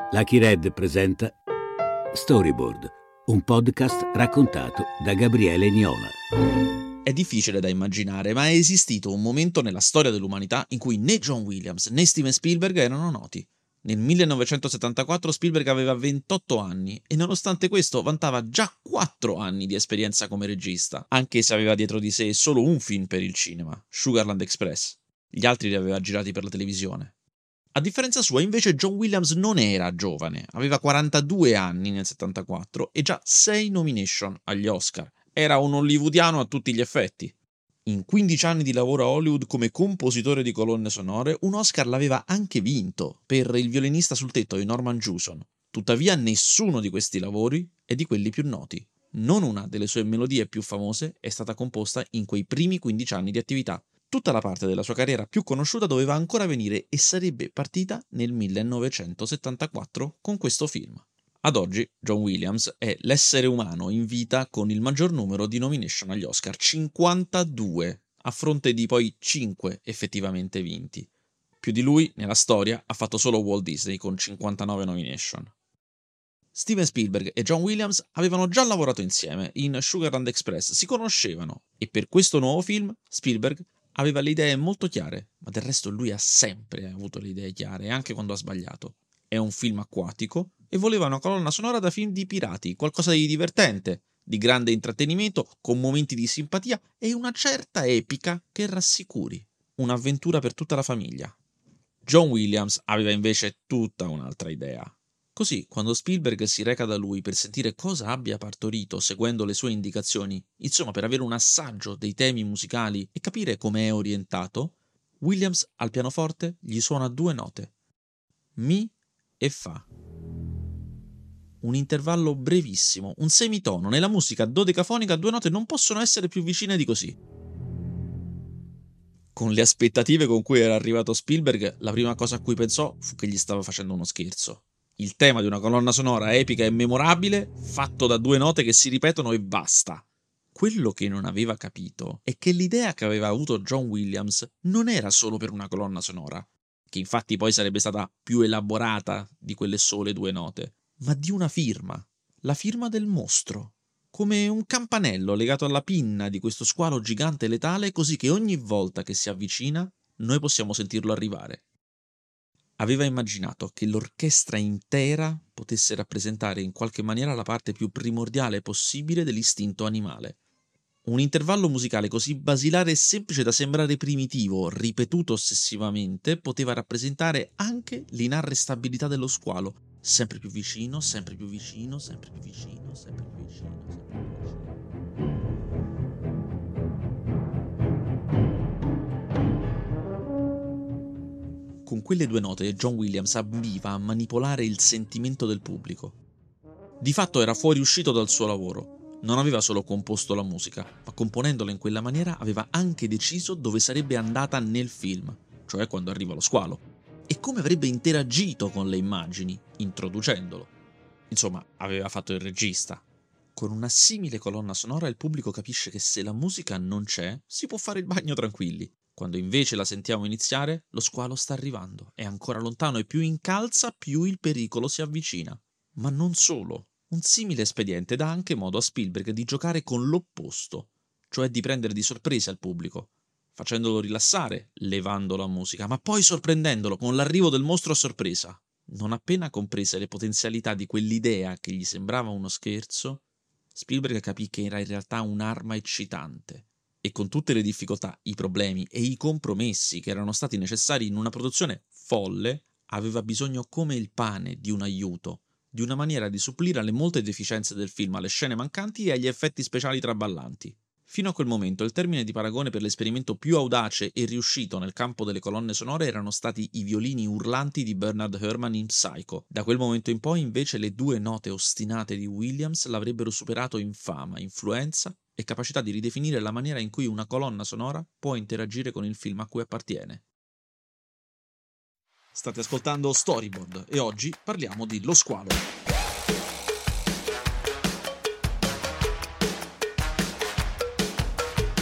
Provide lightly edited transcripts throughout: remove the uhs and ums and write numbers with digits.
Lucky Red presenta Storyboard, un podcast raccontato da Gabriele Niola. È difficile da immaginare, ma è esistito un momento nella storia dell'umanità in cui né John Williams né Steven Spielberg erano noti. Nel 1974 Spielberg aveva 28 anni e nonostante questo vantava già 4 anni di esperienza come regista, anche se aveva dietro di sé solo un film per il cinema, Sugarland Express. Gli altri li aveva girati per la televisione. A differenza sua, invece, John Williams non era giovane, aveva 42 anni nel 74 e già 6 nomination agli Oscar. Era un hollywoodiano a tutti gli effetti. In 15 anni di lavoro a Hollywood come compositore di colonne sonore, un Oscar l'aveva anche vinto per Il violinista sul tetto di Norman Jewison. Tuttavia nessuno di questi lavori è di quelli più noti. Non una delle sue melodie più famose è stata composta in quei primi 15 anni di attività. Tutta la parte della sua carriera più conosciuta doveva ancora venire e sarebbe partita nel 1974 con questo film. Ad oggi John Williams è l'essere umano in vita con il maggior numero di nomination agli Oscar, 52, a fronte di poi 5 effettivamente vinti. Più di lui nella storia ha fatto solo Walt Disney con 59 nomination. Steven Spielberg e John Williams avevano già lavorato insieme in Sugarland Express, si conoscevano e per questo nuovo film Spielberg aveva le idee molto chiare, ma del resto lui ha sempre avuto le idee chiare, anche quando ha sbagliato. È un film acquatico e voleva una colonna sonora da film di pirati, qualcosa di divertente, di grande intrattenimento, con momenti di simpatia e una certa epica che rassicuri. Un'avventura per tutta la famiglia. John Williams aveva invece tutta un'altra idea. Così, quando Spielberg si reca da lui per sentire cosa abbia partorito seguendo le sue indicazioni, insomma per avere un assaggio dei temi musicali e capire come è orientato, Williams al pianoforte gli suona 2 note, Mi e Fa. Un intervallo brevissimo, un semitono. Nella musica dodecafonica 2 note non possono essere più vicine di così. Con le aspettative con cui era arrivato Spielberg, la prima cosa a cui pensò fu che gli stava facendo uno scherzo. Il tema di una colonna sonora epica e memorabile, fatto da 2 note che si ripetono e basta. Quello che non aveva capito è che l'idea che aveva avuto John Williams non era solo per una colonna sonora, che infatti poi sarebbe stata più elaborata di quelle sole 2 note, ma di una firma, la firma del mostro, come un campanello legato alla pinna di questo squalo gigante letale, così che ogni volta che si avvicina noi possiamo sentirlo arrivare. Aveva immaginato che l'orchestra intera potesse rappresentare in qualche maniera la parte più primordiale possibile dell'istinto animale. Un intervallo musicale così basilare e semplice da sembrare primitivo, ripetuto ossessivamente, poteva rappresentare anche l'inarrestabilità dello squalo, sempre più vicino, sempre più vicino, sempre più vicino, sempre più vicino, sempre più vicino. Con quelle 2 note John Williams ambiva a manipolare il sentimento del pubblico. Di fatto era fuoriuscito dal suo lavoro. Non aveva solo composto la musica, ma componendola in quella maniera aveva anche deciso dove sarebbe andata nel film, cioè quando arriva lo squalo, e come avrebbe interagito con le immagini, introducendolo. Insomma, aveva fatto il regista. Con una simile colonna sonora il pubblico capisce che se la musica non c'è, si può fare il bagno tranquilli. Quando invece la sentiamo iniziare, lo squalo sta arrivando, è ancora lontano e più incalza, più il pericolo si avvicina. Ma non solo. Un simile espediente dà anche modo a Spielberg di giocare con l'opposto, cioè di prendere di sorpresa il pubblico, facendolo rilassare, levando la musica, ma poi sorprendendolo con l'arrivo del mostro a sorpresa. Non appena comprese le potenzialità di quell'idea che gli sembrava uno scherzo, Spielberg capì che era in realtà un'arma eccitante. E con tutte le difficoltà, i problemi e i compromessi che erano stati necessari in una produzione folle, aveva bisogno come il pane di un aiuto, di una maniera di supplire alle molte deficienze del film, alle scene mancanti e agli effetti speciali traballanti. Fino a quel momento il termine di paragone per l'esperimento più audace e riuscito nel campo delle colonne sonore erano stati i violini urlanti di Bernard Herrmann in Psycho. Da quel momento in poi invece le 2 note ostinate di Williams l'avrebbero superato in fama, influenza e capacità di ridefinire la maniera in cui una colonna sonora può interagire con il film a cui appartiene. State ascoltando Storyboard e oggi parliamo di Lo Squalo.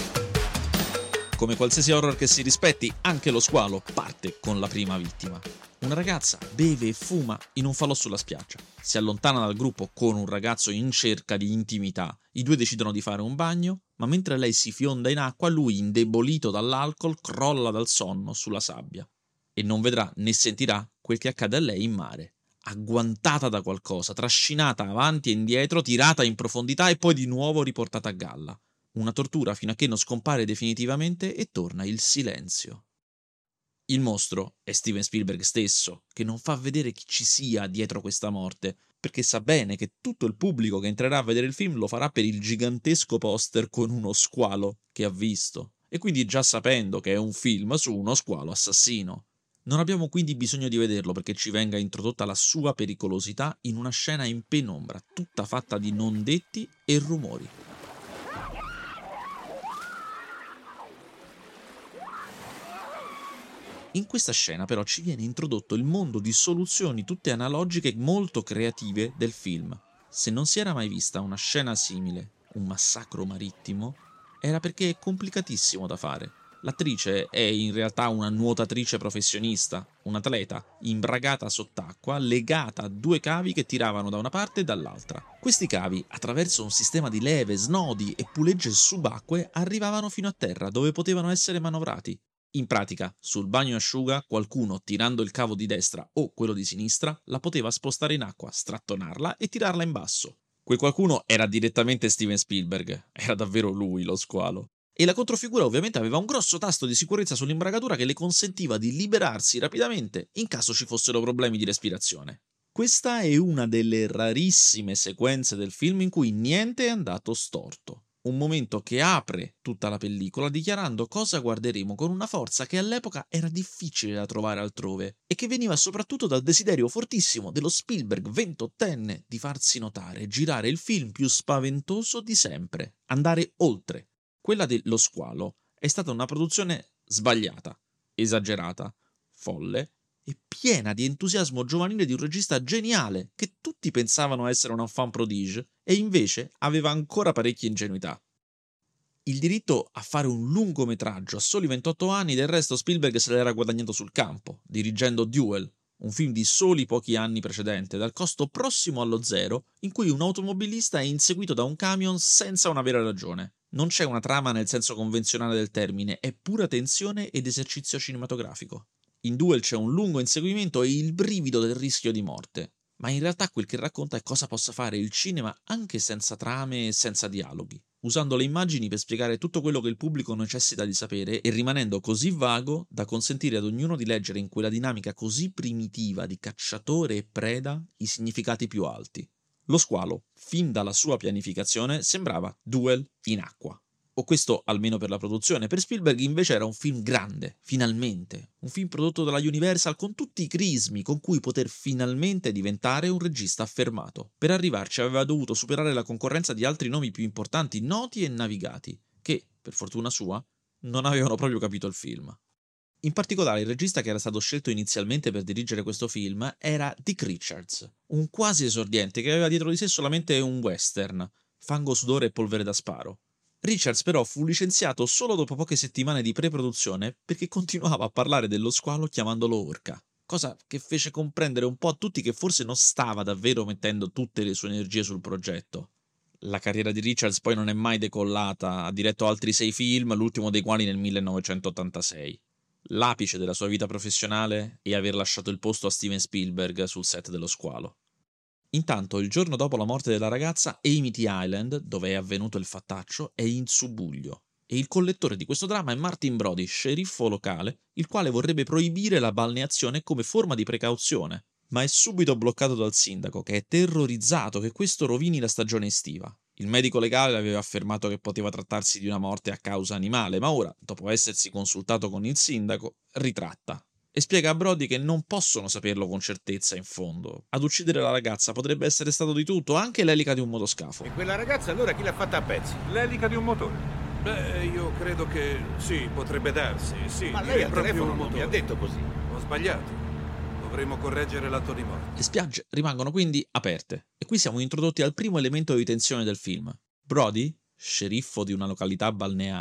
Come qualsiasi horror che si rispetti, anche Lo Squalo parte con la prima vittima. Una ragazza beve e fuma in un falò sulla spiaggia. Si allontana dal gruppo con un ragazzo in cerca di intimità. I due decidono di fare un bagno, ma mentre lei si fionda in acqua, lui, indebolito dall'alcol, crolla dal sonno sulla sabbia. E non vedrà né sentirà quel che accade a lei in mare. Agguantata da qualcosa, trascinata avanti e indietro, tirata in profondità e poi di nuovo riportata a galla. Una tortura fino a che non scompare definitivamente e torna il silenzio. Il mostro è Steven Spielberg stesso, che non fa vedere chi ci sia dietro questa morte, perché sa bene che tutto il pubblico che entrerà a vedere il film lo farà per il gigantesco poster con uno squalo che ha visto, e quindi già sapendo che è un film su uno squalo assassino. Non abbiamo quindi bisogno di vederlo perché ci venga introdotta la sua pericolosità in una scena in penombra, tutta fatta di non detti e rumori. In questa scena però ci viene introdotto il mondo di soluzioni tutte analogiche e molto creative del film. Se non si era mai vista una scena simile, un massacro marittimo, era perché è complicatissimo da fare. L'attrice è in realtà una nuotatrice professionista, un atleta, imbragata sott'acqua, legata a due cavi che tiravano da una parte e dall'altra. Questi cavi, attraverso un sistema di leve, snodi e pulegge subacquee, arrivavano fino a terra, dove potevano essere manovrati. In pratica, sul bagnoasciuga, qualcuno, tirando il cavo di destra o quello di sinistra, la poteva spostare in acqua, strattonarla e tirarla in basso. Quel qualcuno era direttamente Steven Spielberg, era davvero lui lo squalo. E la controfigura ovviamente aveva un grosso tasto di sicurezza sull'imbragatura che le consentiva di liberarsi rapidamente in caso ci fossero problemi di respirazione. Questa è una delle rarissime sequenze del film in cui niente è andato storto. Un momento che apre tutta la pellicola dichiarando cosa guarderemo con una forza che all'epoca era difficile da trovare altrove e che veniva soprattutto dal desiderio fortissimo dello Spielberg 28enne di farsi notare, girare il film più spaventoso di sempre, andare oltre. Quella dello squalo è stata una produzione sbagliata, esagerata, folle e piena di entusiasmo giovanile di un regista geniale che tutti pensavano essere un enfant prodige e invece aveva ancora parecchie ingenuità. Il diritto a fare un lungometraggio a soli 28 anni, del resto Spielberg se l'era guadagnato sul campo, dirigendo Duel, un film di soli pochi anni precedente, dal costo prossimo allo zero, in cui un automobilista è inseguito da un camion senza una vera ragione. Non c'è una trama nel senso convenzionale del termine, è pura tensione ed esercizio cinematografico. In Duel c'è un lungo inseguimento e il brivido del rischio di morte, ma in realtà quel che racconta è cosa possa fare il cinema anche senza trame e senza dialoghi, usando le immagini per spiegare tutto quello che il pubblico necessita di sapere e rimanendo così vago da consentire ad ognuno di leggere in quella dinamica così primitiva di cacciatore e preda i significati più alti. Lo squalo, fin dalla sua pianificazione, sembrava Duel in acqua. O questo almeno per la produzione. Per Spielberg invece era un film grande, finalmente. Un film prodotto dalla Universal con tutti i crismi con cui poter finalmente diventare un regista affermato. Per arrivarci aveva dovuto superare la concorrenza di altri nomi più importanti, noti e navigati, che, per fortuna sua, non avevano proprio capito il film. In particolare il regista che era stato scelto inizialmente per dirigere questo film era Dick Richards, un quasi esordiente che aveva dietro di sé solamente un western, Fango, sudore e polvere da sparo. Richards però fu licenziato solo dopo poche settimane di pre-produzione perché continuava a parlare dello squalo chiamandolo orca, cosa che fece comprendere un po' a tutti che forse non stava davvero mettendo tutte le sue energie sul progetto. La carriera di Richards poi non è mai decollata, ha diretto altri 6 film, l'ultimo dei quali nel 1986. L'apice della sua vita professionale è aver lasciato il posto a Steven Spielberg sul set dello squalo. Intanto, il giorno dopo la morte della ragazza, Amity Island, dove è avvenuto il fattaccio, è in subbuglio. E il collettore di questo dramma è Martin Brody, sceriffo locale, il quale vorrebbe proibire la balneazione come forma di precauzione, ma è subito bloccato dal sindaco, che è terrorizzato che questo rovini la stagione estiva. Il medico legale aveva affermato che poteva trattarsi di una morte a causa animale, ma ora, dopo essersi consultato con il sindaco, ritratta. E spiega a Brody che non possono saperlo con certezza in fondo. Ad uccidere la ragazza potrebbe essere stato di tutto, anche l'elica di un motoscafo. E quella ragazza allora chi l'ha fatta a pezzi? L'elica di un motore? Beh, io credo che sì, potrebbe darsi, sì. Ma lei al proprio telefono un non mi motore. ha detto così. Ho sbagliato. Dovremmo correggere l'atto di morte. Le spiagge rimangono quindi aperte, e qui siamo introdotti al primo elemento di tensione del film. Brody, sceriffo di una località balneare,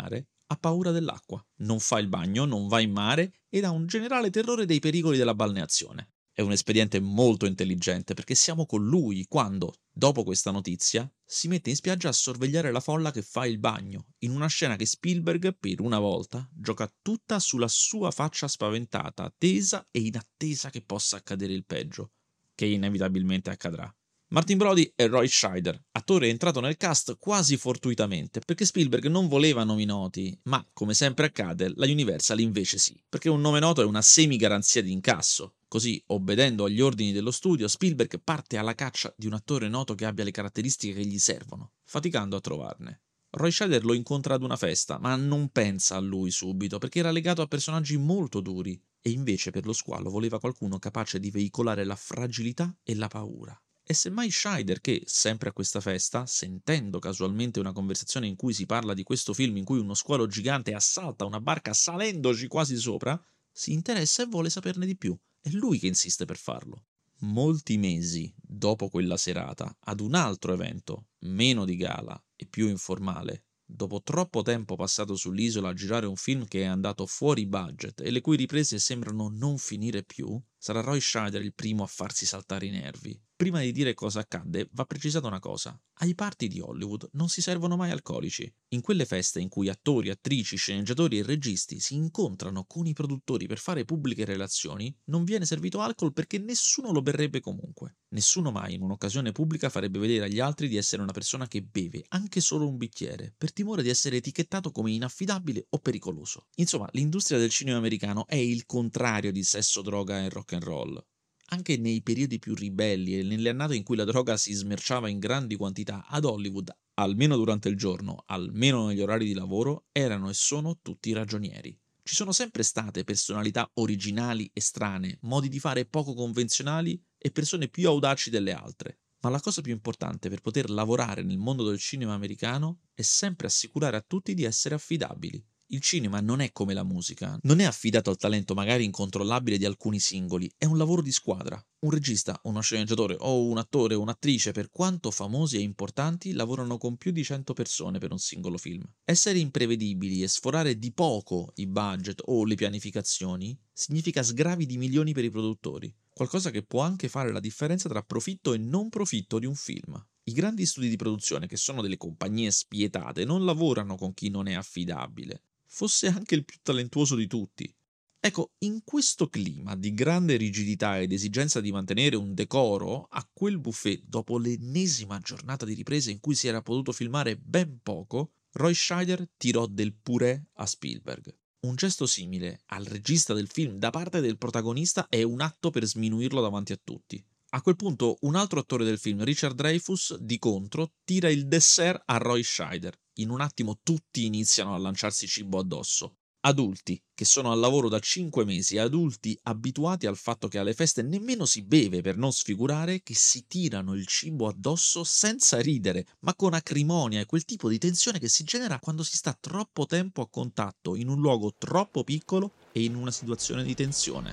Ha paura dell'acqua, non fa il bagno, non va in mare ed ha un generale terrore dei pericoli della balneazione. È un espediente molto intelligente perché siamo con lui quando, dopo questa notizia, si mette in spiaggia a sorvegliare la folla che fa il bagno, in una scena che Spielberg, per una volta, gioca tutta sulla sua faccia spaventata, tesa e in attesa che possa accadere il peggio, che inevitabilmente accadrà. Martin Brody è Roy Scheider, attore entrato nel cast quasi fortuitamente, perché Spielberg non voleva nomi noti, ma, come sempre accade, la Universal invece sì, perché un nome noto è una semi-garanzia di incasso. Così, obbedendo agli ordini dello studio, Spielberg parte alla caccia di un attore noto che abbia le caratteristiche che gli servono, faticando a trovarne. Roy Scheider lo incontra ad una festa, ma non pensa a lui subito, perché era legato a personaggi molto duri, e invece per lo squalo voleva qualcuno capace di veicolare la fragilità e la paura. E semmai Scheider che, sempre a questa festa, sentendo casualmente una conversazione in cui si parla di questo film in cui uno squalo gigante assalta una barca salendoci quasi sopra, si interessa e vuole saperne di più. È lui che insiste per farlo. Molti mesi dopo quella serata, ad un altro evento, meno di gala e più informale, dopo troppo tempo passato sull'isola a girare un film che è andato fuori budget e le cui riprese sembrano non finire più, sarà Roy Scheider il primo a farsi saltare i nervi. Prima di dire cosa accadde, va precisata una cosa. Ai party di Hollywood non si servono mai alcolici. In quelle feste in cui attori, attrici, sceneggiatori e registi si incontrano con i produttori per fare pubbliche relazioni, non viene servito alcol perché nessuno lo berrebbe comunque. Nessuno mai in un'occasione pubblica farebbe vedere agli altri di essere una persona che beve anche solo un bicchiere, per timore di essere etichettato come inaffidabile o pericoloso. Insomma, l'industria del cinema americano è il contrario di sesso, droga e rock and roll. Anche nei periodi più ribelli e nelle annate in cui la droga si smerciava in grandi quantità, ad Hollywood, almeno durante il giorno, almeno negli orari di lavoro, erano e sono tutti ragionieri. Ci sono sempre state personalità originali e strane, modi di fare poco convenzionali e persone più audaci delle altre. Ma la cosa più importante per poter lavorare nel mondo del cinema americano è sempre assicurare a tutti di essere affidabili. Il cinema non è come la musica, non è affidato al talento magari incontrollabile di alcuni singoli, è un lavoro di squadra. Un regista, uno sceneggiatore o un attore o un'attrice, per quanto famosi e importanti, lavorano con più di 100 persone per un singolo film. Essere imprevedibili e sforare di poco i budget o le pianificazioni significa sgravi di milioni per i produttori, qualcosa che può anche fare la differenza tra profitto e non profitto di un film. I grandi studi di produzione, che sono delle compagnie spietate, non lavorano con chi non è affidabile, fosse anche il più talentuoso di tutti. Ecco, in questo clima di grande rigidità ed esigenza di mantenere un decoro, a quel buffet, dopo l'ennesima giornata di riprese in cui si era potuto filmare ben poco, Roy Scheider tirò del purè a Spielberg. Un gesto simile al regista del film da parte del protagonista è un atto per sminuirlo davanti a tutti. A quel punto un altro attore del film, Richard Dreyfuss, di contro, tira il dessert a Roy Scheider. In un attimo tutti iniziano a lanciarsi cibo addosso. Adulti, che sono al lavoro da 5 mesi, adulti abituati al fatto che alle feste nemmeno si beve per non sfigurare, che si tirano il cibo addosso senza ridere, ma con acrimonia e quel tipo di tensione che si genera quando si sta troppo tempo a contatto, in un luogo troppo piccolo e in una situazione di tensione.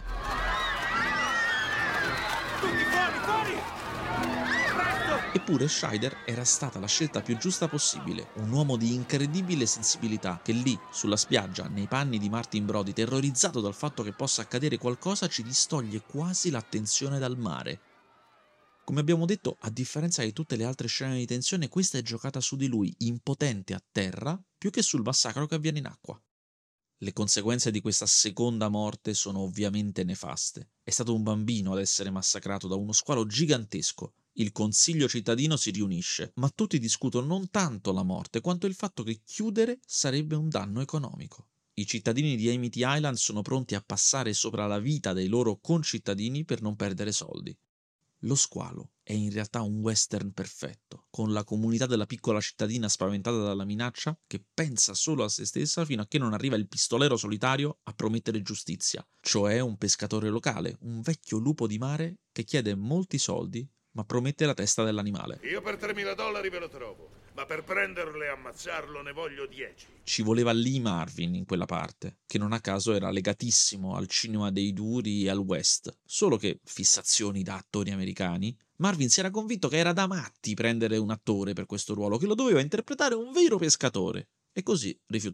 Eppure Scheider era stata la scelta più giusta possibile, un uomo di incredibile sensibilità che lì, sulla spiaggia, nei panni di Martin Brody, terrorizzato dal fatto che possa accadere qualcosa, ci distoglie quasi l'attenzione dal mare. Come abbiamo detto, a differenza di tutte le altre scene di tensione, questa è giocata su di lui, impotente a terra, più che sul massacro che avviene in acqua. Le conseguenze di questa seconda morte sono ovviamente nefaste. È stato un bambino ad essere massacrato da uno squalo gigantesco. Il consiglio cittadino si riunisce, ma tutti discutono non tanto la morte quanto il fatto che chiudere sarebbe un danno economico. I cittadini di Amity Island sono pronti a passare sopra la vita dei loro concittadini per non perdere soldi. Lo squalo è in realtà un western perfetto, con la comunità della piccola cittadina spaventata dalla minaccia che pensa solo a se stessa fino a che non arriva il pistolero solitario a promettere giustizia, cioè un pescatore locale, un vecchio lupo di mare che chiede molti soldi ma promette la testa dell'animale. Io per $3.000 ve lo trovo, ma per prenderlo e ammazzarlo ne voglio 10. Ci voleva Lee Marvin in quella parte, che non a caso era legatissimo al cinema dei duri e al west. Solo che, fissazioni da attori americani, Marvin si era convinto che era da matti prendere un attore per questo ruolo, che lo doveva interpretare un vero pescatore, e così rifiutò.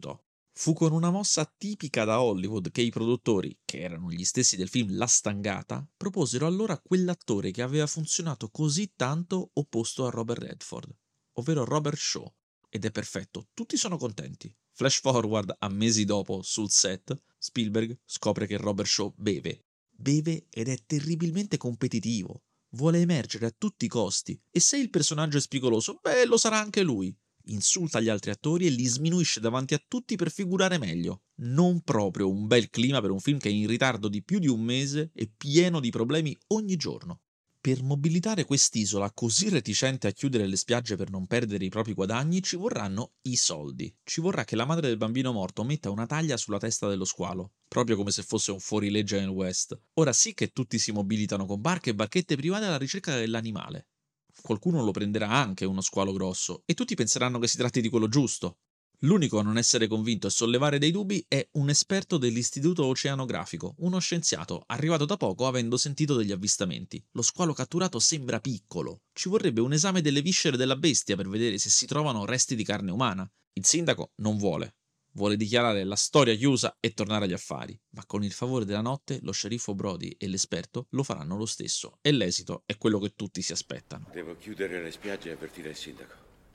Fu con una mossa tipica da Hollywood che i produttori, che erano gli stessi del film La Stangata, proposero allora quell'attore che aveva funzionato così tanto opposto a Robert Redford, ovvero Robert Shaw. Ed è perfetto, tutti sono contenti. Flash forward a mesi dopo, sul set, Spielberg scopre che Robert Shaw beve. Beve ed è terribilmente competitivo. Vuole emergere a tutti i costi. E se il personaggio è spigoloso, beh, lo sarà anche lui. Insulta gli altri attori e li sminuisce davanti a tutti per figurare meglio. Non proprio un bel clima per un film che è in ritardo di più di un mese e pieno di problemi ogni giorno. Per mobilitare quest'isola così reticente a chiudere le spiagge per non perdere i propri guadagni ci vorranno i soldi. Ci vorrà che la madre del bambino morto metta una taglia sulla testa dello squalo, proprio come se fosse un fuorilegge nel West. Ora sì che tutti si mobilitano con barche e barchette private alla ricerca dell'animale. Qualcuno lo prenderà anche uno squalo grosso e tutti penseranno che si tratti di quello giusto. L'unico a non essere convinto e sollevare dei dubbi è un esperto dell'Istituto Oceanografico, uno scienziato, arrivato da poco avendo sentito degli avvistamenti. Lo squalo catturato sembra piccolo. Ci vorrebbe un esame delle viscere della bestia per vedere se si trovano resti di carne umana. Il sindaco non vuole. Vuole dichiarare la storia chiusa e tornare agli affari, ma con il favore della notte lo sceriffo Brody e l'esperto lo faranno lo stesso e l'esito è quello che tutti si aspettano. Devo chiudere le spiagge e avvertire il sindaco.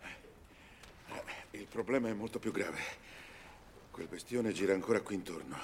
Il problema è molto più grave. Quel bestione gira ancora qui intorno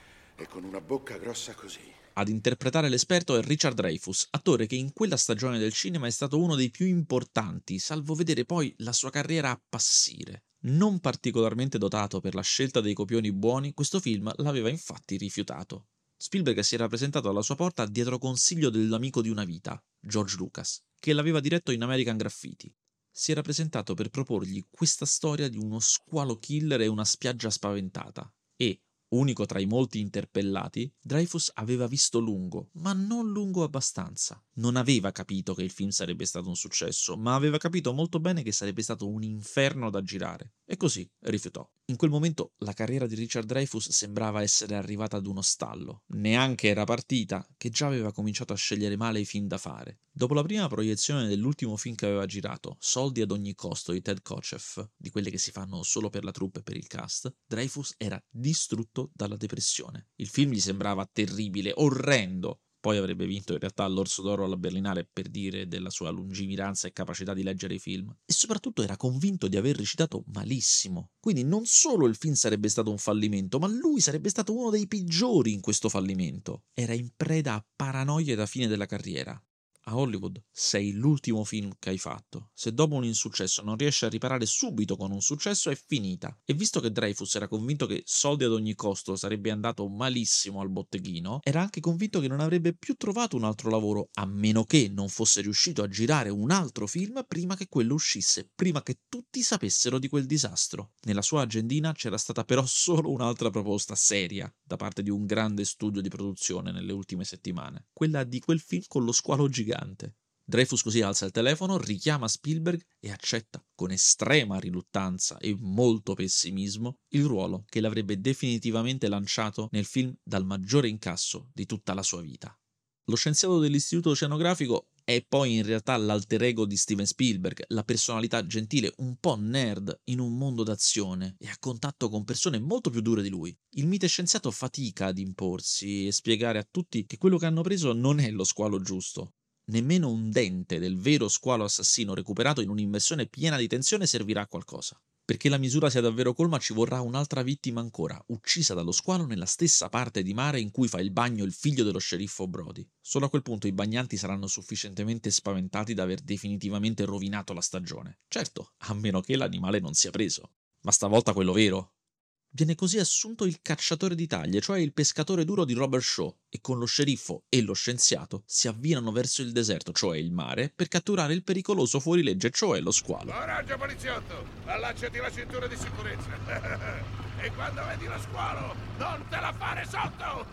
e con una bocca grossa così. Ad interpretare l'esperto è Richard Dreyfuss, attore che in quella stagione del cinema è stato uno dei più importanti, salvo vedere poi la sua carriera appassire. Non particolarmente dotato per la scelta dei copioni buoni, questo film l'aveva infatti rifiutato. Spielberg si era presentato alla sua porta dietro consiglio dell'amico di una vita, George Lucas, che l'aveva diretto in American Graffiti. Si era presentato per proporgli questa storia di uno squalo killer e una spiaggia spaventata e, unico tra i molti interpellati, Dreyfuss aveva visto lungo, ma non lungo abbastanza. Non aveva capito che il film sarebbe stato un successo, ma aveva capito molto bene che sarebbe stato un inferno da girare. E così rifiutò. In quel momento la carriera di Richard Dreyfuss sembrava essere arrivata ad uno stallo. Neanche era partita, che già aveva cominciato a scegliere male i film da fare. Dopo la prima proiezione dell'ultimo film che aveva girato, Soldi ad ogni costo di Ted Kotcheff, di quelle che si fanno solo per la troupe e per il cast, Dreyfuss era distrutto dalla depressione. Il film gli sembrava terribile, orrendo. Poi avrebbe vinto in realtà l'Orso d'Oro alla Berlinale per dire della sua lungimiranza e capacità di leggere i film. E soprattutto era convinto di aver recitato malissimo. Quindi non solo il film sarebbe stato un fallimento, ma lui sarebbe stato uno dei peggiori in questo fallimento. Era in preda a paranoie da fine della carriera. A Hollywood sei l'ultimo film che hai fatto. Se dopo un insuccesso non riesci a riparare subito con un successo è finita. E visto che Dreyfuss era convinto che Soldi ad ogni costo sarebbe andato malissimo al botteghino, era anche convinto che non avrebbe più trovato un altro lavoro, a meno che non fosse riuscito a girare un altro film prima che quello uscisse, prima che tutti sapessero di quel disastro. Nella sua agendina c'era stata però solo un'altra proposta seria da parte di un grande studio di produzione nelle ultime settimane, quella di quel film con lo squalo gigante. Dreyfuss così alza il telefono, richiama Spielberg e accetta con estrema riluttanza e molto pessimismo il ruolo che l'avrebbe definitivamente lanciato nel film dal maggiore incasso di tutta la sua vita. Lo scienziato dell'Istituto Oceanografico è poi in realtà l'alter ego di Steven Spielberg, la personalità gentile, un po' nerd in un mondo d'azione e a contatto con persone molto più dure di lui. Il mite scienziato fatica ad imporsi e spiegare a tutti che quello che hanno preso non è lo squalo giusto. Nemmeno un dente del vero squalo assassino recuperato in un'immersione piena di tensione servirà a qualcosa. Perché la misura sia davvero colma ci vorrà un'altra vittima ancora, uccisa dallo squalo nella stessa parte di mare in cui fa il bagno il figlio dello sceriffo Brody. Solo a quel punto i bagnanti saranno sufficientemente spaventati da aver definitivamente rovinato la stagione. Certo, a meno che l'animale non sia preso. Ma stavolta quello vero. Viene così assunto il cacciatore di taglie, cioè il pescatore duro di Robert Shaw, e con lo sceriffo e lo scienziato si avviano verso il deserto, cioè il mare, per catturare il pericoloso fuorilegge, cioè lo squalo. Coraggio, poliziotto! Allacciati la cintura di sicurezza. E quando vedi lo squalo, non te la fare sotto!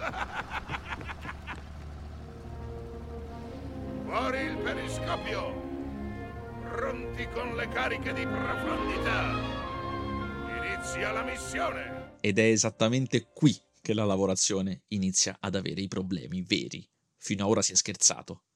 Fuori il periscopio! Pronti con le cariche di profondità! Inizia la missione! Ed è esattamente qui che la lavorazione inizia ad avere i problemi veri. Fino a ora si è scherzato.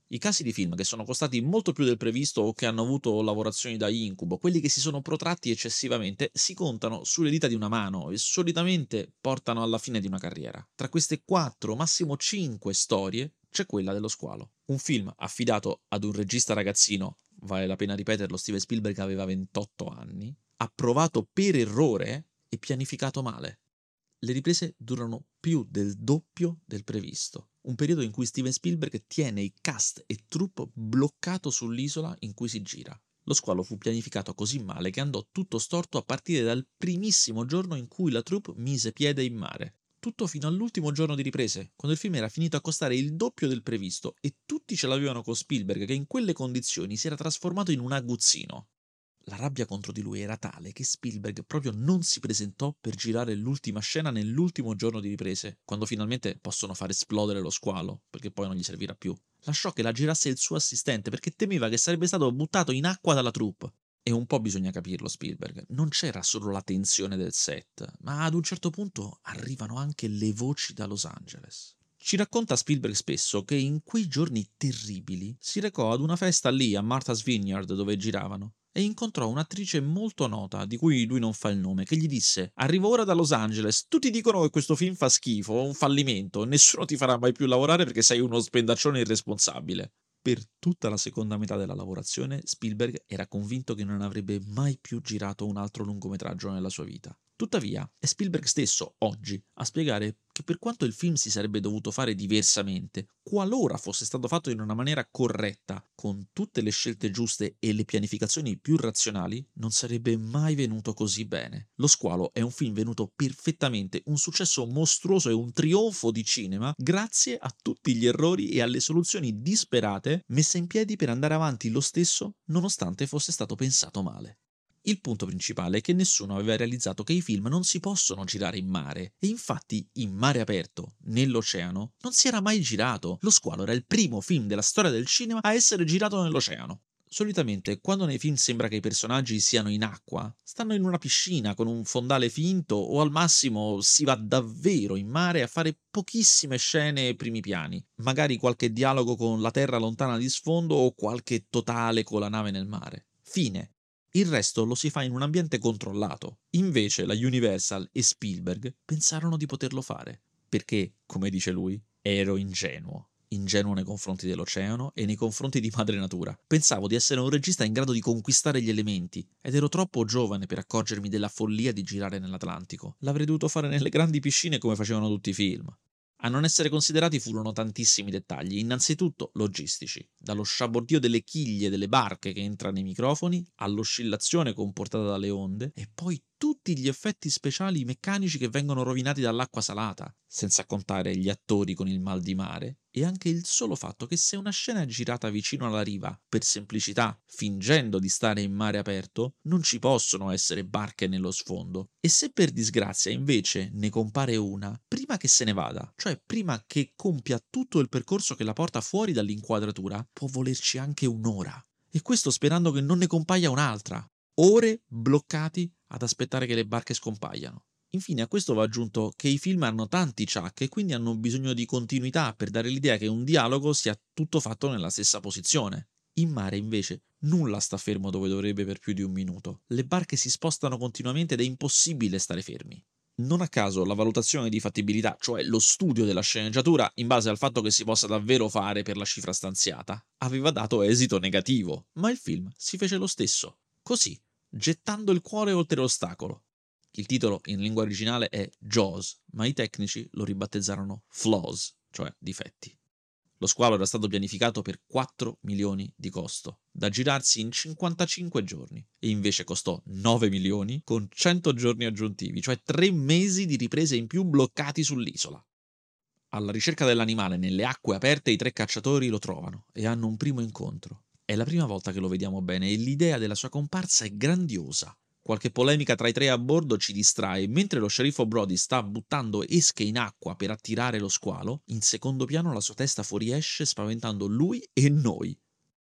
I casi di film che sono costati molto più del previsto o che hanno avuto lavorazioni da incubo, quelli che si sono protratti eccessivamente, si contano sulle dita di una mano e solitamente portano alla fine di una carriera. Tra queste 4, massimo 5 storie c'è quella dello squalo. Un film affidato ad un regista ragazzino, vale la pena ripeterlo, Steven Spielberg aveva 28 anni, approvato per errore e pianificato male. Le riprese durano più del doppio del previsto, un periodo in cui Steven Spielberg tiene i cast e troupe bloccato sull'isola in cui si gira. Lo squalo fu pianificato così male che andò tutto storto a partire dal primissimo giorno in cui la troupe mise piede in mare. Tutto fino all'ultimo giorno di riprese, quando il film era finito a costare il doppio del previsto e tutti ce l'avevano con Spielberg che in quelle condizioni si era trasformato in un aguzzino. La rabbia contro di lui era tale che Spielberg proprio non si presentò per girare l'ultima scena nell'ultimo giorno di riprese, quando finalmente possono far esplodere lo squalo, perché poi non gli servirà più. Lasciò che la girasse il suo assistente perché temeva che sarebbe stato buttato in acqua dalla troupe. E un po' bisogna capirlo, Spielberg, non c'era solo la tensione del set, ma ad un certo punto arrivano anche le voci da Los Angeles. Ci racconta Spielberg spesso che in quei giorni terribili si recò ad una festa lì a Martha's Vineyard dove giravano e incontrò un'attrice molto nota, di cui lui non fa il nome, che gli disse: «Arrivo ora da Los Angeles, tutti dicono che questo film fa schifo, un fallimento, nessuno ti farà mai più lavorare perché sei uno spendaccione irresponsabile». Per tutta la seconda metà della lavorazione, Spielberg era convinto che non avrebbe mai più girato un altro lungometraggio nella sua vita. Tuttavia, è Spielberg stesso, oggi, a spiegare che per quanto il film si sarebbe dovuto fare diversamente, qualora fosse stato fatto in una maniera corretta, con tutte le scelte giuste e le pianificazioni più razionali, non sarebbe mai venuto così bene. Lo Squalo è un film venuto perfettamente, un successo mostruoso e un trionfo di cinema, grazie a tutti gli errori e alle soluzioni disperate messe in piedi per andare avanti lo stesso, nonostante fosse stato pensato male. Il punto principale è che nessuno aveva realizzato che i film non si possono girare in mare, e infatti in mare aperto, nell'oceano, non si era mai girato. Lo Squalo era il primo film della storia del cinema a essere girato nell'oceano. Solitamente, quando nei film sembra che i personaggi siano in acqua, stanno in una piscina con un fondale finto o al massimo si va davvero in mare a fare pochissime scene ai primi piani, magari qualche dialogo con la terra lontana di sfondo o qualche totale con la nave nel mare. Fine. Il resto lo si fa in un ambiente controllato. Invece la Universal e Spielberg pensarono di poterlo fare, perché, come dice lui, ero ingenuo nei confronti dell'oceano e nei confronti di madre natura. Pensavo di essere un regista in grado di conquistare gli elementi ed ero troppo giovane per accorgermi della follia di girare nell'Atlantico. L'avrei dovuto fare nelle grandi piscine come facevano tutti i film. A non essere considerati furono tantissimi dettagli, innanzitutto logistici, dallo sciabordio delle chiglie delle barche che entra nei microfoni, all'oscillazione comportata dalle onde, e poi tutti gli effetti speciali meccanici che vengono rovinati dall'acqua salata, senza contare gli attori con il mal di mare, e anche il solo fatto che se una scena è girata vicino alla riva, per semplicità, fingendo di stare in mare aperto, non ci possono essere barche nello sfondo, e se per disgrazia invece ne compare una, prima che se ne vada, cioè prima che compia tutto il percorso che la porta fuori dall'inquadratura, può volerci anche un'ora. E questo sperando che non ne compaia un'altra. Ore bloccati ad aspettare che le barche scompaiano. Infine a questo va aggiunto che i film hanno tanti chuck e quindi hanno bisogno di continuità per dare l'idea che un dialogo sia tutto fatto nella stessa posizione. In mare invece nulla sta fermo dove dovrebbe per più di un minuto. Le barche si spostano continuamente ed è impossibile stare fermi. Non a caso la valutazione di fattibilità, cioè lo studio della sceneggiatura, in base al fatto che si possa davvero fare per la cifra stanziata, aveva dato esito negativo, ma il film si fece lo stesso. Così, gettando il cuore oltre l'ostacolo. Il titolo in lingua originale è Jaws, ma i tecnici lo ribattezzarono Flaws, cioè difetti. Lo Squalo era stato pianificato per 4 milioni di costo, da girarsi in 55 giorni, e invece costò 9 milioni con 100 giorni aggiuntivi, cioè 3 mesi di riprese in più bloccati sull'isola. Alla ricerca dell'animale nelle acque aperte i 3 cacciatori lo trovano e hanno un primo incontro. È la prima volta che lo vediamo bene e l'idea della sua comparsa è grandiosa. Qualche polemica tra i 3 a bordo ci distrae, mentre lo sceriffo Brody sta buttando esche in acqua per attirare lo squalo, in secondo piano la sua testa fuoriesce spaventando lui e noi.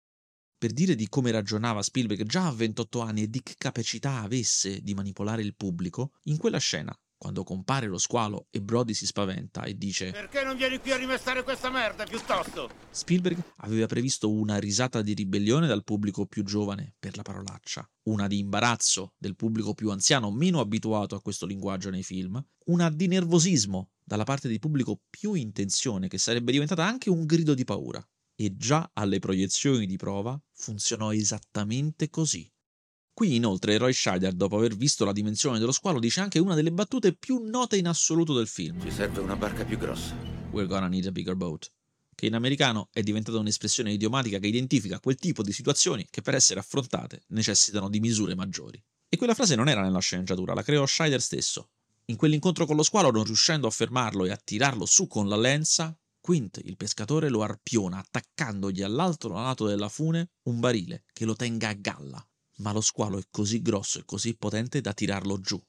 Per dire di come ragionava Spielberg già a 28 anni e di che capacità avesse di manipolare il pubblico, in quella scena, quando compare lo squalo e Brody si spaventa e dice: Perché non vieni qui a rimestare questa merda piuttosto? Spielberg aveva previsto una risata di ribellione dal pubblico più giovane per la parolaccia, una di imbarazzo del pubblico più anziano meno abituato a questo linguaggio nei film, una di nervosismo dalla parte di pubblico più in tensione che sarebbe diventata anche un grido di paura. E già alle proiezioni di prova funzionò esattamente così. Qui inoltre Roy Scheider, dopo aver visto la dimensione dello squalo, dice anche una delle battute più note in assoluto del film: Ci serve una barca più grossa. "We're gonna need a bigger boat", che in americano è diventata un'espressione idiomatica che identifica quel tipo di situazioni che per essere affrontate necessitano di misure maggiori. E quella frase non era nella sceneggiatura, la creò Scheider stesso. In quell'incontro con lo squalo, non riuscendo a fermarlo e a tirarlo su con la lenza, Quint, il pescatore, lo arpiona attaccandogli all'altro lato della fune un barile che lo tenga a galla. Ma lo squalo è così grosso e così potente da tirarlo giù.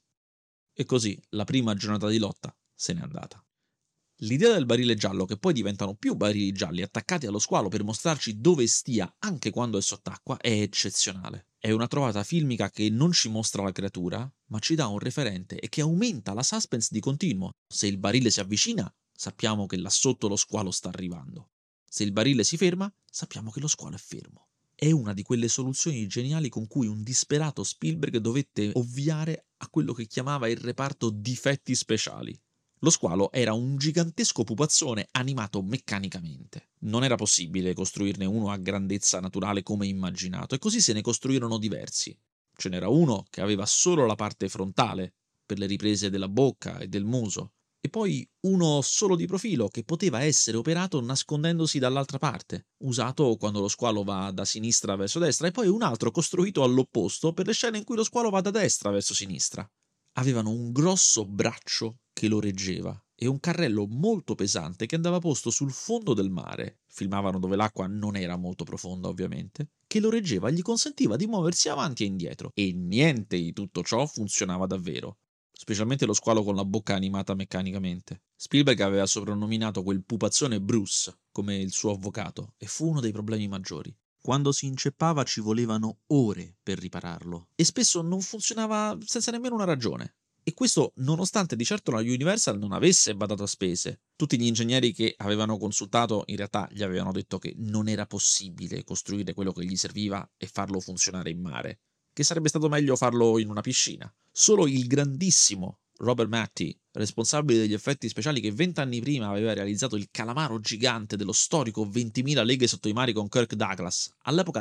E così la prima giornata di lotta se n'è andata. L'idea del barile giallo, che poi diventano più barili gialli attaccati allo squalo per mostrarci dove stia anche quando è sott'acqua, è eccezionale. È una trovata filmica che non ci mostra la creatura, ma ci dà un referente e che aumenta la suspense di continuo. Se il barile si avvicina, sappiamo che là sotto lo squalo sta arrivando. Se il barile si ferma, sappiamo che lo squalo è fermo. È una di quelle soluzioni geniali con cui un disperato Spielberg dovette ovviare a quello che chiamava il reparto difetti speciali. Lo squalo era un gigantesco pupazzone animato meccanicamente. Non era possibile costruirne uno a grandezza naturale come immaginato, e così se ne costruirono diversi. Ce n'era uno che aveva solo la parte frontale, per le riprese della bocca e del muso, e poi uno solo di profilo che poteva essere operato nascondendosi dall'altra parte, usato quando lo squalo va da sinistra verso destra, e poi un altro costruito all'opposto per le scene in cui lo squalo va da destra verso sinistra. Avevano un grosso braccio che lo reggeva e un carrello molto pesante che andava posto sul fondo del mare, filmavano dove l'acqua non era molto profonda ovviamente, che lo reggeva e gli consentiva di muoversi avanti e indietro, e niente di tutto ciò funzionava davvero. Specialmente lo squalo con la bocca animata meccanicamente. Spielberg aveva soprannominato quel pupazzone Bruce come il suo avvocato, e fu uno dei problemi maggiori. Quando si inceppava ci volevano ore per ripararlo, e spesso non funzionava senza nemmeno una ragione. E questo nonostante di certo la Universal non avesse badato a spese. Tutti gli ingegneri che avevano consultato in realtà gli avevano detto che non era possibile costruire quello che gli serviva e farlo funzionare in mare, che sarebbe stato meglio farlo in una piscina. Solo il grandissimo Robert Matty, responsabile degli effetti speciali che 20 anni prima aveva realizzato il calamaro gigante dello storico 20.000 leghe sotto i mari con Kirk Douglas, all'epoca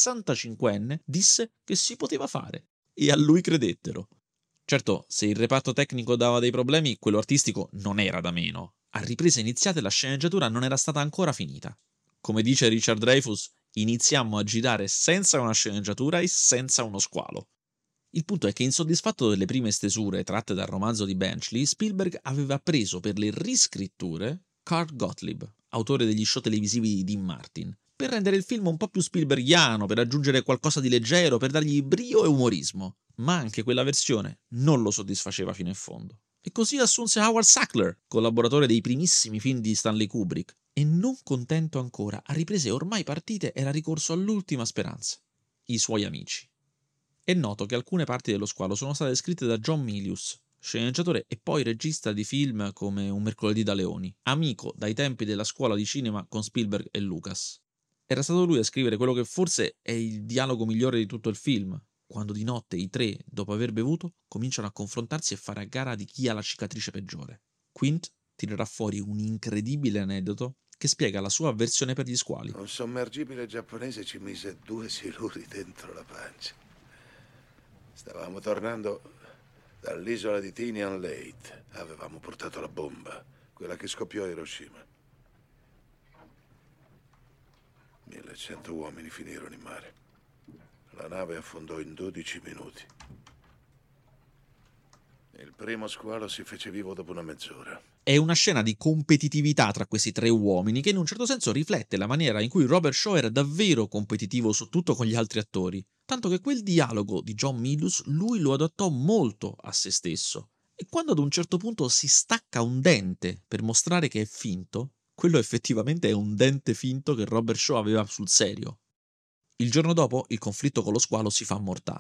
65enne, disse che si poteva fare. E a lui credettero. Certo, se il reparto tecnico dava dei problemi, quello artistico non era da meno. A riprese iniziate la sceneggiatura non era stata ancora finita. Come dice Richard Dreyfuss, iniziammo a girare senza una sceneggiatura e senza uno squalo. Il punto è che, insoddisfatto delle prime stesure tratte dal romanzo di Benchley, Spielberg aveva preso per le riscritture Carl Gottlieb, autore degli show televisivi di Dean Martin, per rendere il film un po' più Spielbergiano, per aggiungere qualcosa di leggero, per dargli brio e umorismo. Ma anche quella versione non lo soddisfaceva fino in fondo. E così assunse Howard Sackler, collaboratore dei primissimi film di Stanley Kubrick, e non contento ancora, a riprese ormai partite era ricorso all'ultima speranza: i suoi amici. È noto che alcune parti dello squalo sono state scritte da John Milius, sceneggiatore e poi regista di film come Un mercoledì da leoni, amico dai tempi della scuola di cinema con Spielberg e Lucas. Era stato lui a scrivere quello che forse è il dialogo migliore di tutto il film, quando di notte i tre, dopo aver bevuto, cominciano a confrontarsi e fare a gara di chi ha la cicatrice peggiore. Quint tirerà fuori un incredibile aneddoto che spiega la sua avversione per gli squali. Un sommergibile giapponese ci mise 2 siluri dentro la pancia. Stavamo tornando dall'isola di Tinian Lake. Avevamo portato la bomba, quella che scoppiò a Hiroshima. 1100 uomini finirono in mare. La nave affondò in 12 minuti. Il primo squalo si fece vivo dopo una mezz'ora. È una scena di competitività tra questi tre uomini che in un certo senso riflette la maniera in cui Robert Shaw era davvero competitivo su tutto con gli altri attori, tanto che quel dialogo di John Milius lui lo adattò molto a se stesso. E quando ad un certo punto si stacca un dente per mostrare che è finto, quello effettivamente è un dente finto che Robert Shaw aveva sul serio. Il giorno dopo il conflitto con lo squalo si fa mortale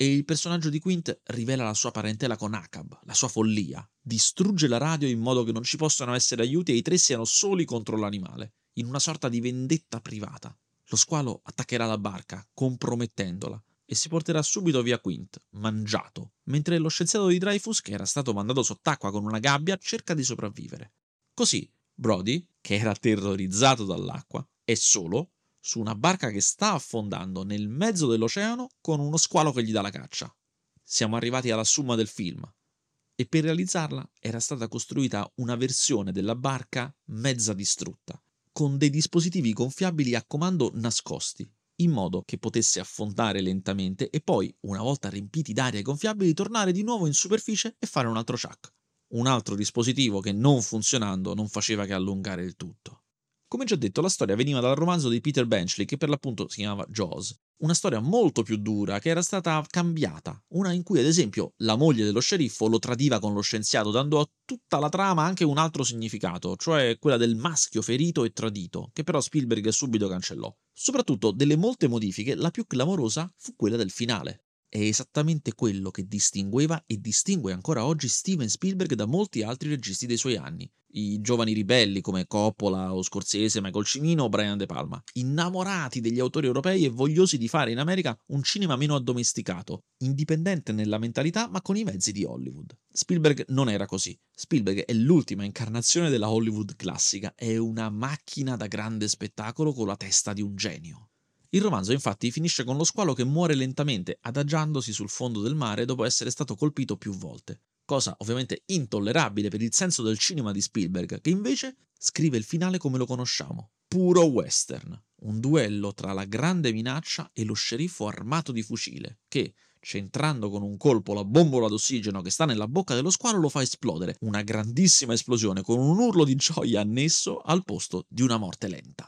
e il personaggio di Quint rivela la sua parentela con Akab, la sua follia. Distrugge la radio in modo che non ci possano essere aiuti e i tre siano soli contro l'animale, in una sorta di vendetta privata. Lo squalo attaccherà la barca, compromettendola, e si porterà subito via Quint, mangiato, mentre lo scienziato di Dreyfus, che era stato mandato sott'acqua con una gabbia, cerca di sopravvivere. Così, Brody, che era terrorizzato dall'acqua, è solo su una barca che sta affondando nel mezzo dell'oceano con uno squalo che gli dà la caccia. Siamo arrivati alla summa del film, e per realizzarla era stata costruita una versione della barca mezza distrutta, con dei dispositivi gonfiabili a comando nascosti, in modo che potesse affondare lentamente e poi, una volta riempiti d'aria i gonfiabili, tornare di nuovo in superficie e fare un altro chuck. Un altro dispositivo che, non funzionando, non faceva che allungare il tutto. Come già detto, la storia veniva dal romanzo di Peter Benchley, che per l'appunto si chiamava Jaws. Una storia molto più dura, che era stata cambiata. Una in cui, ad esempio, la moglie dello sceriffo lo tradiva con lo scienziato, dando a tutta la trama anche un altro significato, cioè quella del maschio ferito e tradito, che però Spielberg subito cancellò. Soprattutto, delle molte modifiche, la più clamorosa fu quella del finale. È esattamente quello che distingueva e distingue ancora oggi Steven Spielberg da molti altri registi dei suoi anni. I giovani ribelli come Coppola o Scorsese, Michael Cimino o Brian De Palma, innamorati degli autori europei e vogliosi di fare in America un cinema meno addomesticato, indipendente nella mentalità ma con i mezzi di Hollywood. Spielberg non era così. Spielberg è l'ultima incarnazione della Hollywood classica, è una macchina da grande spettacolo con la testa di un genio. Il romanzo infatti finisce con lo squalo che muore lentamente, adagiandosi sul fondo del mare dopo essere stato colpito più volte. Cosa ovviamente intollerabile per il senso del cinema di Spielberg, che invece scrive il finale come lo conosciamo. Puro western. Un duello tra la grande minaccia e lo sceriffo armato di fucile, che, centrando con un colpo la bombola d'ossigeno che sta nella bocca dello squalo, lo fa esplodere. Una grandissima esplosione con un urlo di gioia annesso al posto di una morte lenta.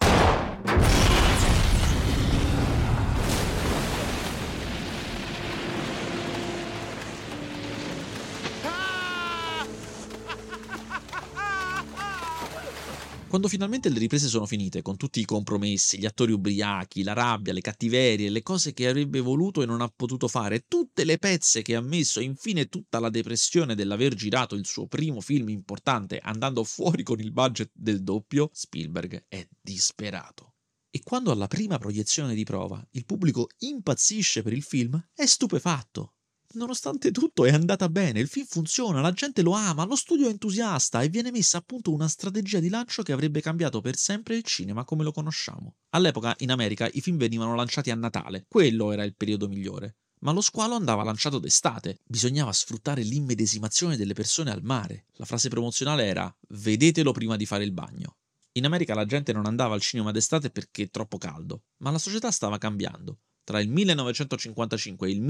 Quando finalmente le riprese sono finite, con tutti i compromessi, gli attori ubriachi, la rabbia, le cattiverie, le cose che avrebbe voluto e non ha potuto fare, tutte le pezze che ha messo e infine tutta la depressione dell'aver girato il suo primo film importante andando fuori con il budget del doppio, Spielberg è disperato. E quando alla prima proiezione di prova il pubblico impazzisce per il film, è stupefatto. Nonostante tutto è andata bene, il film funziona, la gente lo ama, lo studio è entusiasta e viene messa a punto una strategia di lancio che avrebbe cambiato per sempre il cinema come lo conosciamo. All'epoca in America i film venivano lanciati a Natale, quello era il periodo migliore. Ma lo squalo andava lanciato d'estate, bisognava sfruttare l'immedesimazione delle persone al mare. La frase promozionale era «vedetelo prima di fare il bagno». In America la gente non andava al cinema d'estate perché è troppo caldo, ma la società stava cambiando. Tra il 1955 e il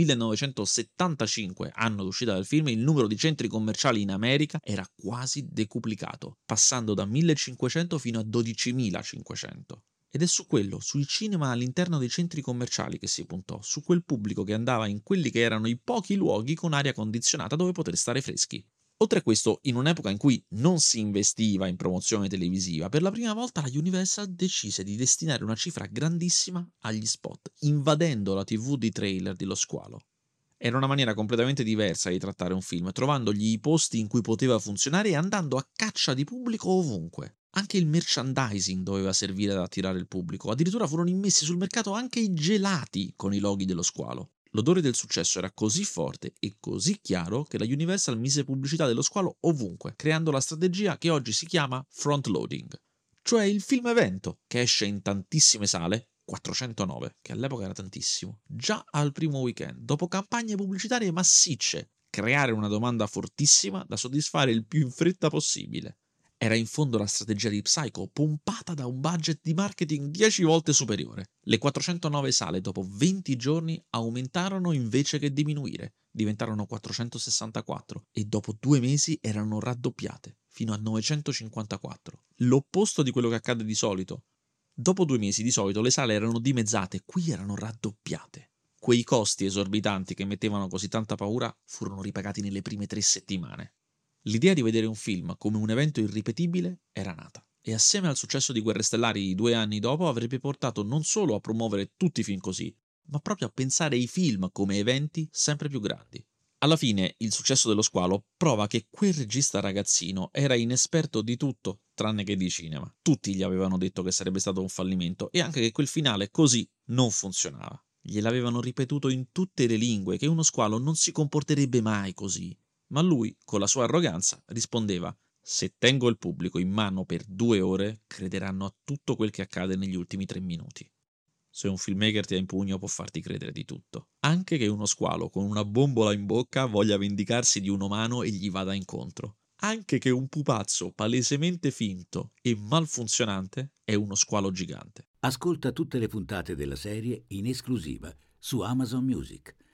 1975, anno d'uscita del film, il numero di centri commerciali in America era quasi decuplicato, passando da 1500 fino a 12.500. Ed è su quello, sui cinema all'interno dei centri commerciali che si puntò, su quel pubblico che andava in quelli che erano i pochi luoghi con aria condizionata dove poter stare freschi. Oltre a questo, in un'epoca in cui non si investiva in promozione televisiva, per la prima volta la Universal decise di destinare una cifra grandissima agli spot, invadendo la TV di trailer di Lo Squalo. Era una maniera completamente diversa di trattare un film, trovandogli i posti in cui poteva funzionare e andando a caccia di pubblico ovunque. Anche il merchandising doveva servire ad attirare il pubblico, addirittura furono immessi sul mercato anche i gelati con i loghi dello squalo. L'odore del successo era così forte e così chiaro che la Universal mise pubblicità dello squalo ovunque, creando la strategia che oggi si chiama front loading, cioè il film evento che esce in tantissime sale, 409, che all'epoca era tantissimo, già al primo weekend, dopo campagne pubblicitarie massicce, creare una domanda fortissima da soddisfare il più in fretta possibile. Era in fondo la strategia di Psycho, pompata da un budget di marketing 10 volte superiore. Le 409 sale dopo 20 giorni aumentarono invece che diminuire, diventarono 464 e dopo 2 mesi erano raddoppiate, fino a 954. L'opposto di quello che accade di solito. Dopo 2 mesi di solito le sale erano dimezzate, qui erano raddoppiate. Quei costi esorbitanti che mettevano così tanta paura furono ripagati nelle prime 3 settimane. L'idea di vedere un film come un evento irripetibile era nata e assieme al successo di Guerre Stellari 2 anni dopo avrebbe portato non solo a promuovere tutti i film così, ma proprio a pensare ai film come eventi sempre più grandi. Alla fine, il successo dello squalo prova che quel regista ragazzino era inesperto di tutto tranne che di cinema. Tutti gli avevano detto che sarebbe stato un fallimento e anche che quel finale così non funzionava. Gliel'avevano ripetuto in tutte le lingue che uno squalo non si comporterebbe mai così. Ma lui, con la sua arroganza, rispondeva: se tengo il pubblico in mano per 2 ore, crederanno a tutto quel che accade negli ultimi 3 minuti. Se un filmmaker ti ha in pugno può farti credere di tutto. Anche che uno squalo con una bombola in bocca voglia vendicarsi di un umano e gli vada incontro. Anche che un pupazzo palesemente finto e malfunzionante è uno squalo gigante. Ascolta tutte le puntate della serie in esclusiva su Amazon Music.